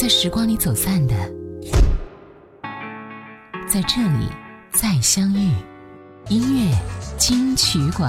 在时光里走散的，在这里再相遇。音乐金曲馆。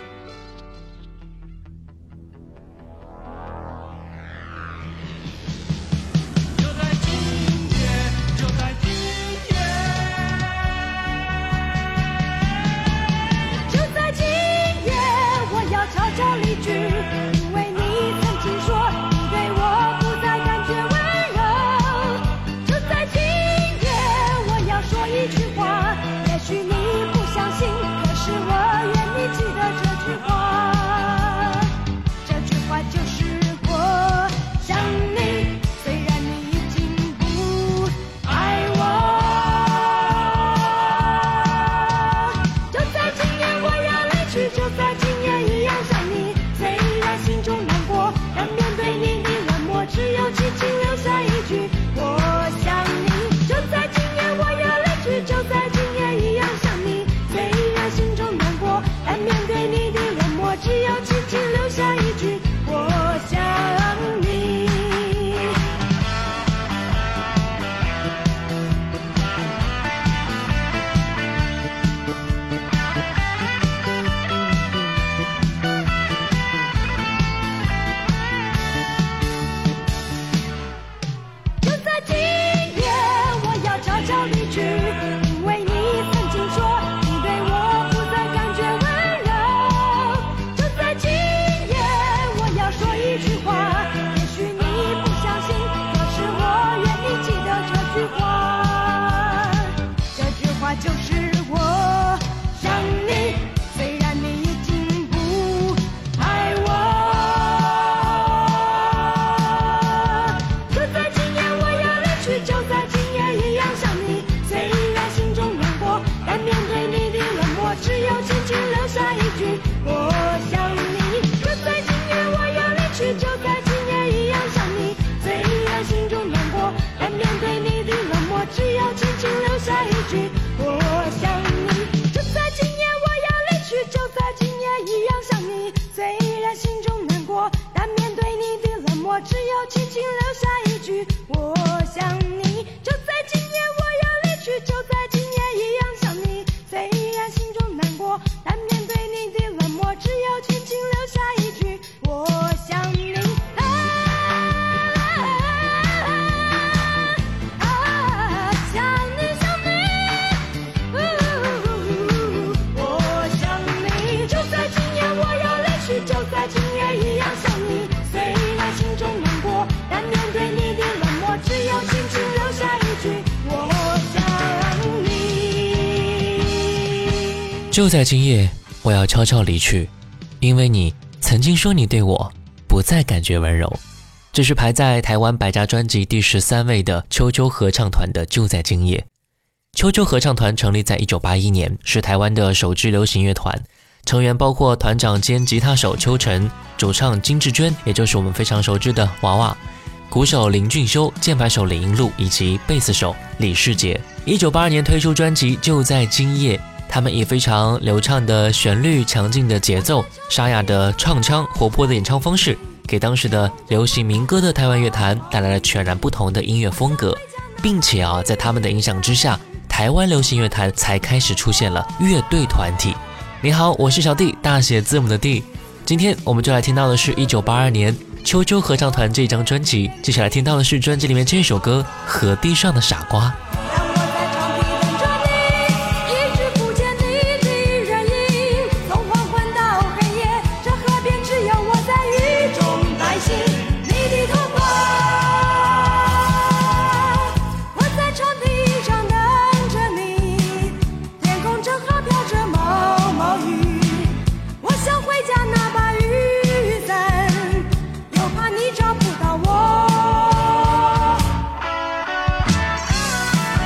就在今夜，我要悄悄离去，因为你曾经说你对我不再感觉温柔。这是排在台湾百家专辑第13位的秋秋合唱团的《就在今夜》。秋秋合唱团成立在1981年，是台湾的首支流行乐团，成员包括团长兼吉他手邱晨、主唱金志娟，也就是我们非常熟知的娃娃，鼓手林俊修、键盘手李英禄以及贝斯手李世杰。1982年推出专辑《就在今夜》，他们以非常流畅的旋律、强劲的节奏、沙哑的唱腔、活泼的演唱方式，给当时的流行民歌的台湾乐坛带来了全然不同的音乐风格，并且在他们的影响之下，台湾流行乐坛才开始出现了乐队团体。你好，我是小弟，大写字母的弟。今天我们就来听到的是1982年秋秋合唱团这张专辑，接下来听到的是专辑里面这首歌《河堤上的傻瓜》。 找不到我。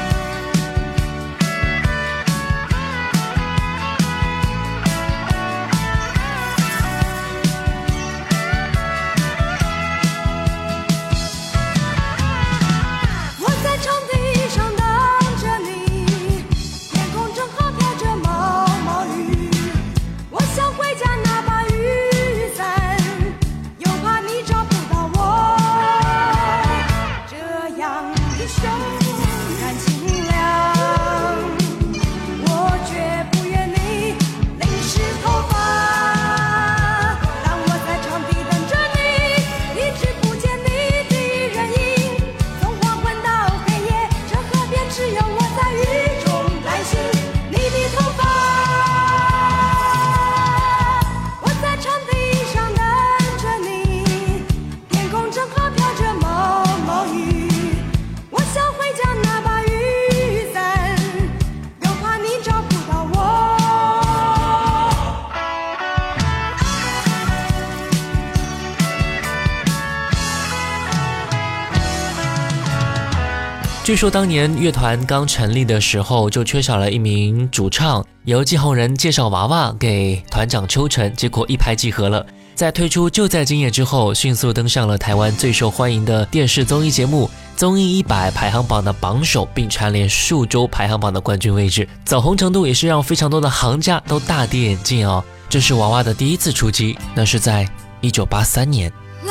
据说当年乐团刚成立的时候就缺少了一名主唱，由季宏仁介绍娃娃给团长秋成，结果一拍即合了。在推出《就在今夜》之后，迅速登上了台湾最受欢迎的电视综艺节目综艺100排行榜的榜首，并蝉联数周排行榜的冠军位置，走红程度也是让非常多的行家都大跌眼镜哦。这是娃娃的第一次出击，那是在1983年。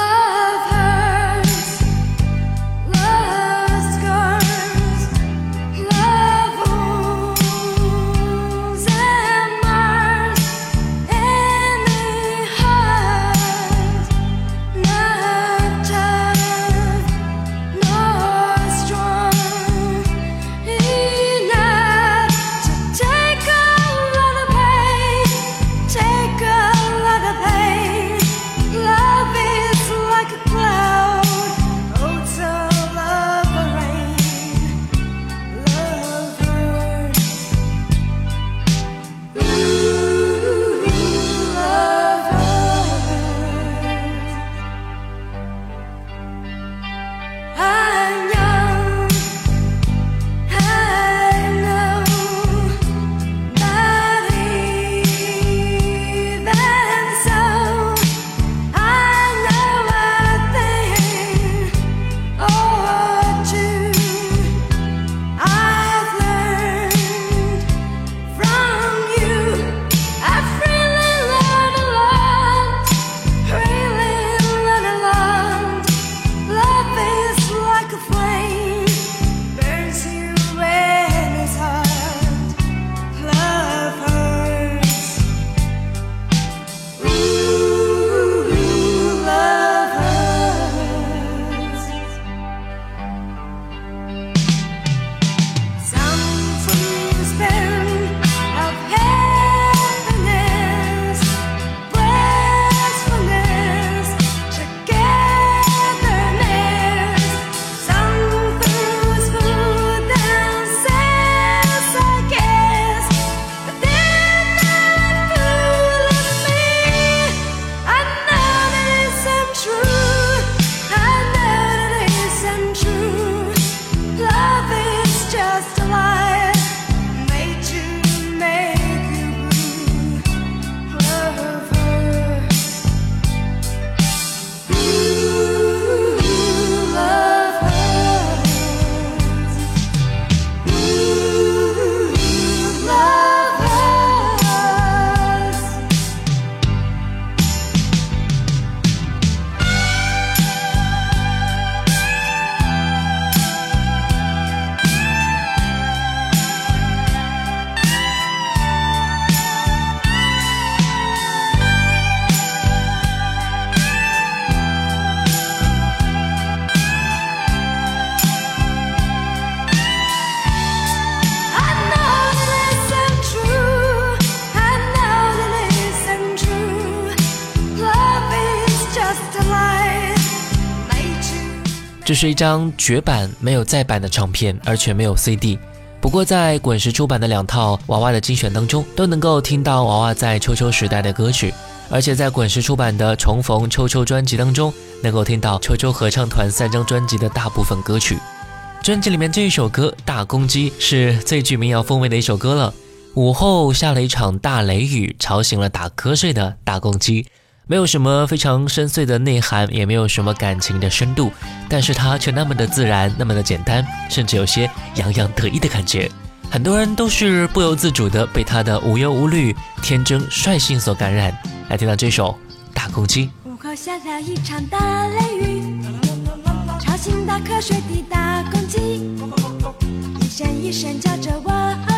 这是一张绝版没有再版的唱片，而且没有 CD。不过在滚石出版的2套娃娃的精选当中，都能够听到娃娃在秋秋时代的歌曲，而且在滚石出版的重逢秋秋专辑当中，能够听到秋秋合唱团3张专辑的大部分歌曲。专辑里面这一首歌《大公鸡》是最具民谣风味的一首歌了。午后下了一场大雷雨，吵醒了打瞌睡的大公鸡。没有什么非常深邃的内涵，也没有什么感情的深度，但是它却那么的自然，那么的简单，甚至有些洋洋得意的感觉。很多人都是不由自主的被它的无忧无虑、天真率性所感染。来听到这首《大公鸡》。 午后下了一场大雷雨，吵醒打瞌睡的大公鸡，一声一声叫着我，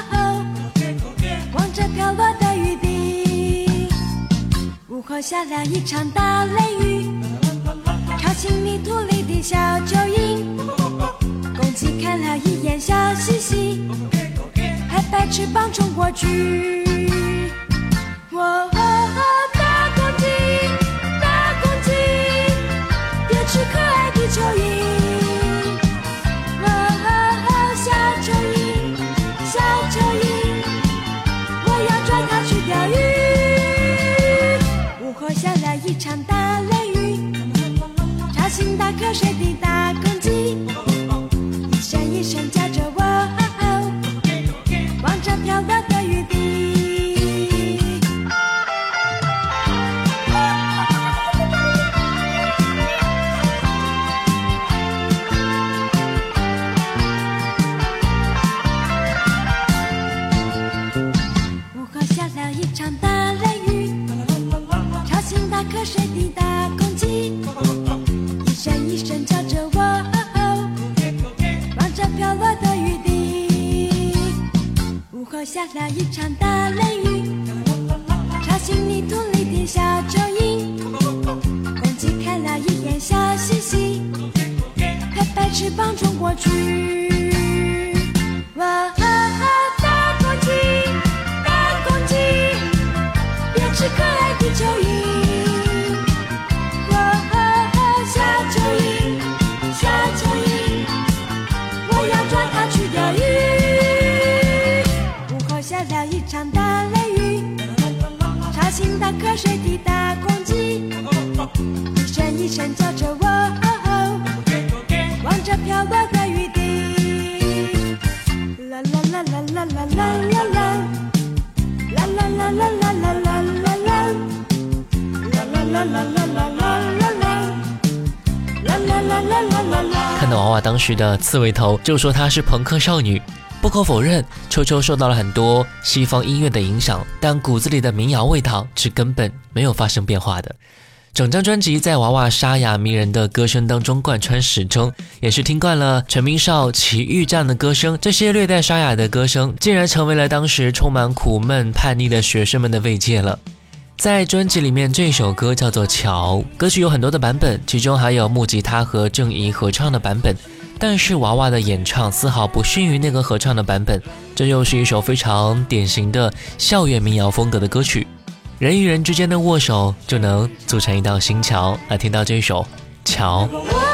望着飘落的雨滴。午后下了一场大雷雨，吵醒泥土里的小蚯蚓。公鸡看了一眼笑嘻嘻，拍拍翅膀冲过去。大公鸡，大公鸡，别吃可爱的蚯蚓。小蚯蚓，小蚯蚓，我要抓它去钓鱼。午后下了一场大雷雨，吵醒打瞌睡的大公鸡，一声一声下了一场大雷雨，吵醒泥土里的小蚯蚓，公鸡看了一眼笑嘻嘻，拍拍翅膀冲过去。哇，大公鸡，大公鸡，别吃可爱的蚯蚓。哇，小蚯蚓，小蚯蚓，我要抓它去钓鱼。午后下了一场大雷雨，吵醒打瞌睡的大公鸡，一声一声叫着我，望着飘落的雨滴。啦啦啦啦啦啦啦啦啦，啦啦啦啦啦啦啦啦啦，啦啦啦啦啦啦啦啦啦啦。 看到娃娃当时的刺猬头，就说她是朋克少女。不可否认，秋秋受到了很多西方音乐的影响，但骨子里的民谣味道是根本没有发生变化的。整张专辑在娃娃沙哑迷人的歌声当中贯穿始终，也是听惯了陈明绍、齐豫这样的歌声，这些略带沙哑的歌声竟然成为了当时充满苦闷叛逆的学生们的慰藉了。在专辑里面，这首歌叫做《桥》，歌曲有很多的版本，其中还有木吉他和郑怡合唱的版本，但是娃娃的演唱丝毫不逊于那个合唱的版本。这又是一首非常典型的校园民谣风格的歌曲，人与人之间的握手就能组成一道新桥。来听到这首《桥》。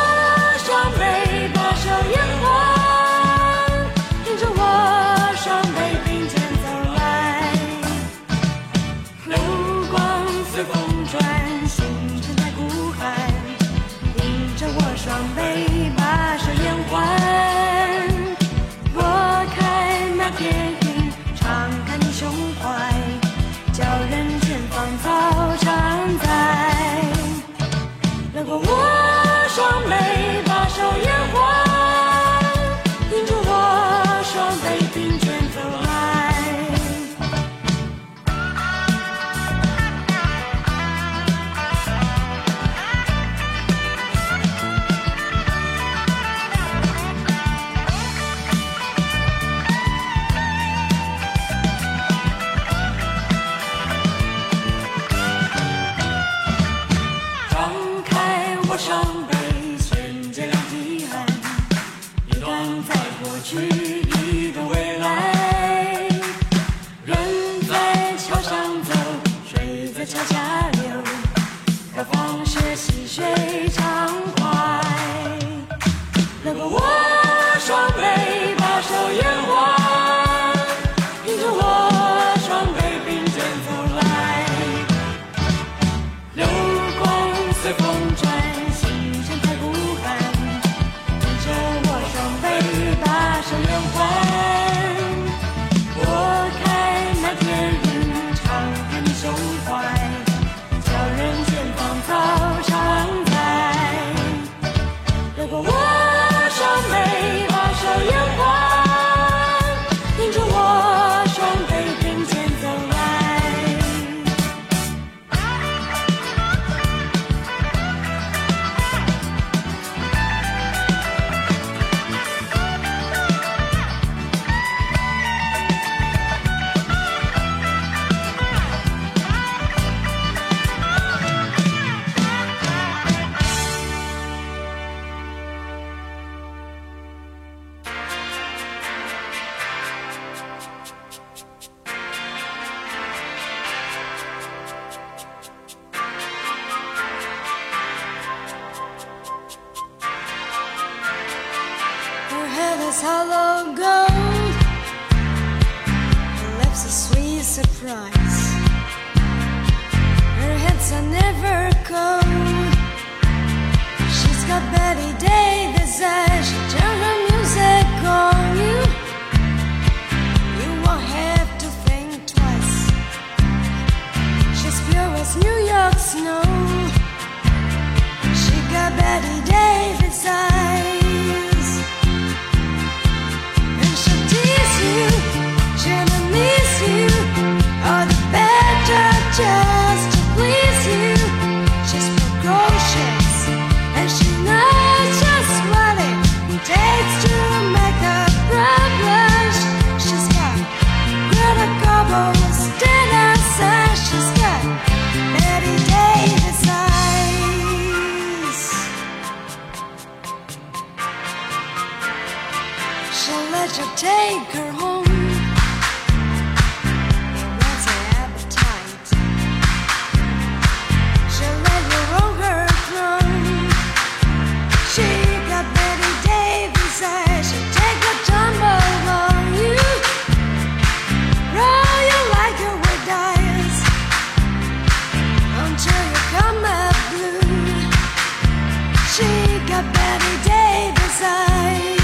Hollow gold, her lips a sweet surprise. Her hips are never cold. She's got Betty Davis eyes. She turn her music on you. You won't have to think twice. She's pure as New York snow. She got Betty Davis eyes. Just to please you, she's precocious and she knows just So let you take her home. It was her appetite. So let you roll her throne. She got Betty Davis eyes. She'll take a tumble on you. Roll you like you were dice until you come up blue. She got Betty Davis eyes.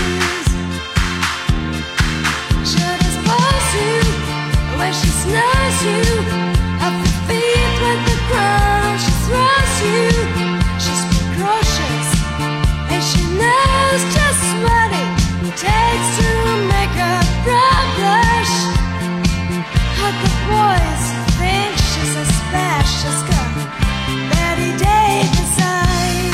When she snares you at the feet with the ground, she throws you. She's precocious and she knows just what it takes to make a brow blush. How the boys think she's a splash. She's got Betty Davis eyes.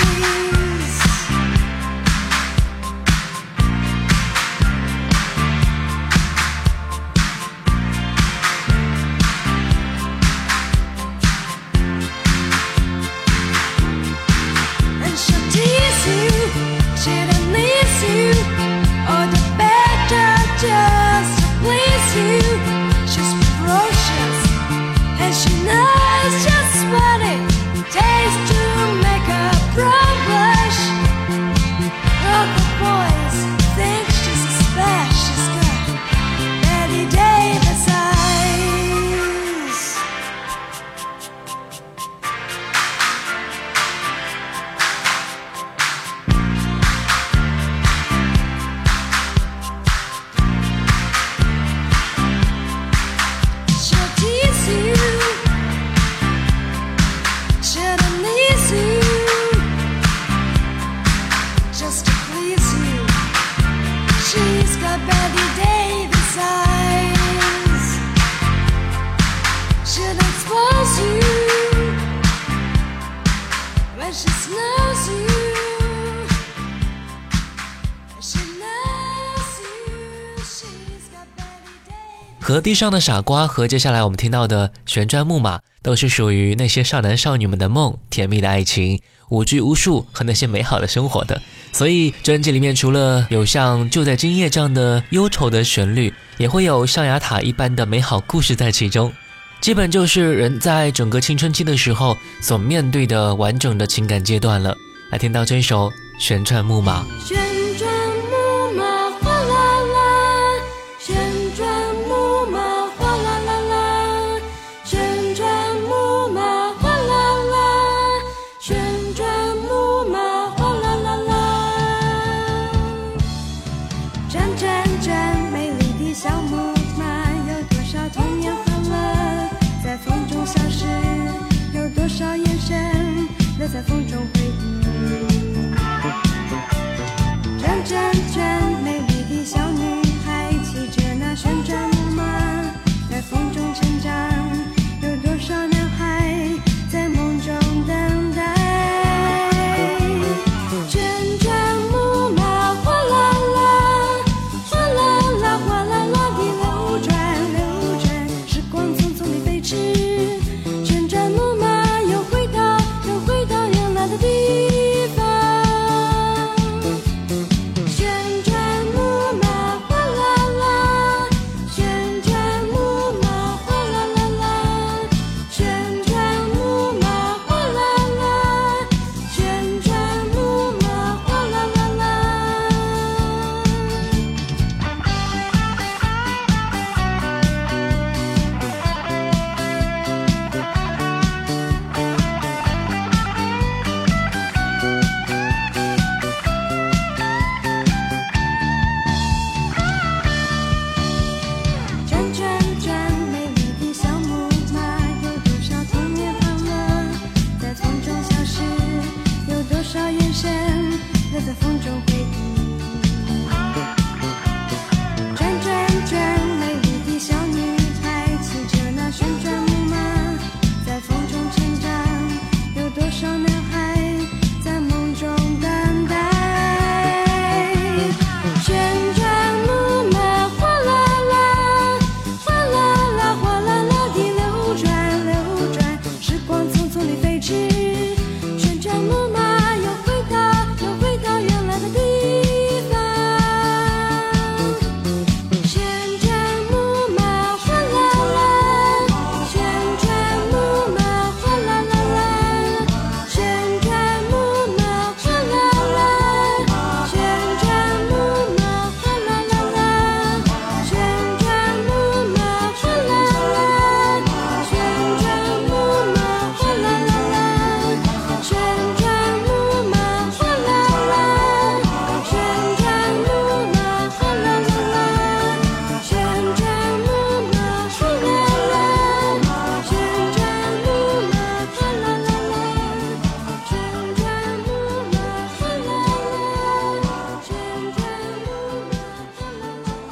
Just to please you. She's ferocious and she knows just what it takes to make a brow blush. All the boys think she's a splash. She's got Betty Davis eyes. Just to please you. She's got Betty Davis eyes. She'll expose you when she snows you. She knows you. She's got Betty Davis. 和地上的傻瓜和接下来我们听到的旋转木马都是属于那些少男少女们的梦，甜蜜的爱情，无拘无束和那些美好的生活的。所以专辑里面除了有像就在今夜这样的忧愁的旋律，也会有象牙塔一般的美好故事在其中，基本就是人在整个青春期的时候所面对的完整的情感阶段了。来听到这首旋转木马。 旋转木马哗啦啦，旋转木马哗啦啦啦，旋转木马哗啦啦，旋转木马哗啦啦啦。转转转，美丽的小木马，有多少童年欢乐在风中消失，有多少眼神留在风中回忆。转转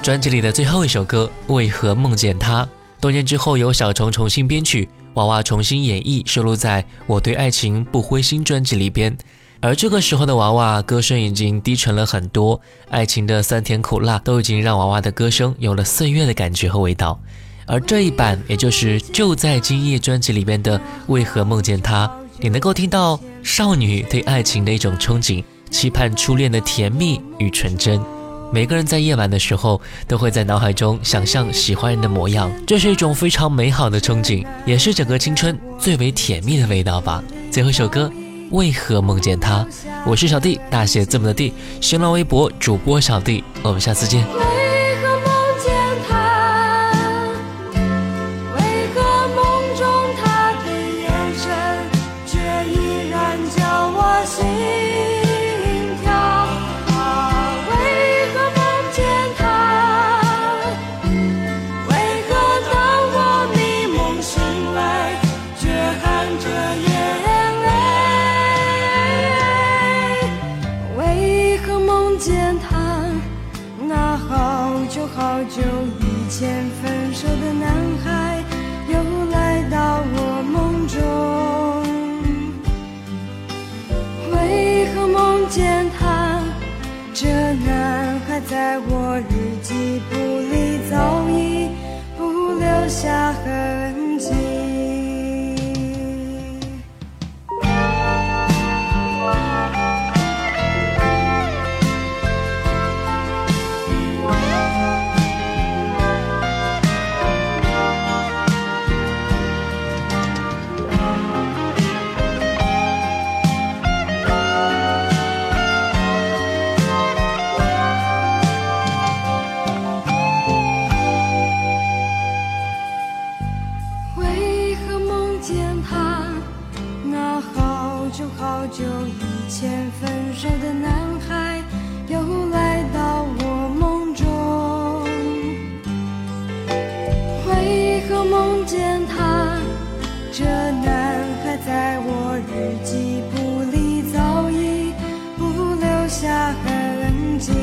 专辑里的最后一首歌《为何梦见他》，多年之后由小虫重新编曲，娃娃重新演绎，收录在《我对爱情不灰心》专辑里边。而这个时候的娃娃歌声已经低沉了很多，爱情的酸甜苦辣都已经让娃娃的歌声有了岁月的感觉和味道。而这一版，也就是就在今夜专辑里边的《为何梦见他》，你能够听到少女对爱情的一种憧憬，期盼初恋的甜蜜与纯真。每个人在夜晚的时候都会在脑海中想象喜欢人的模样，这是一种非常美好的憧憬，也是整个青春最为甜蜜的味道吧。最后一首歌为何梦见他，我是小弟，大写字母的弟，新浪微博主播小弟，我们下次见。 好久以前分手的男孩又来到我梦中，为何梦见他？这男孩在我日记簿里早已不留下痕迹。好久以前分手的男孩又来到我梦中，为何梦见他？这男孩在我日记簿里早已不留下痕迹。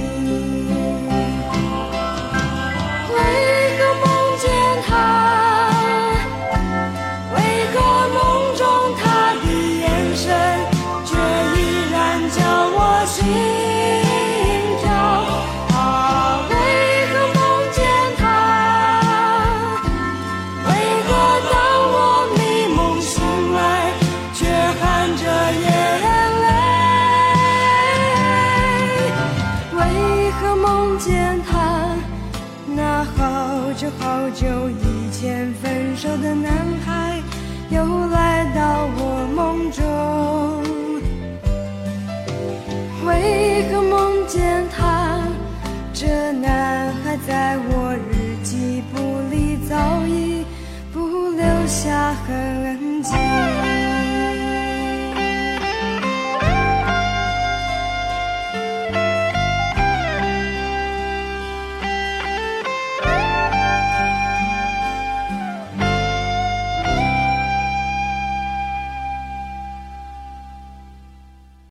为何梦见他？为何梦中他的眼神心跳啊，为何梦见他？为何当我迷梦醒来，却含着眼泪？为何梦见他？那好久好久以前分手的男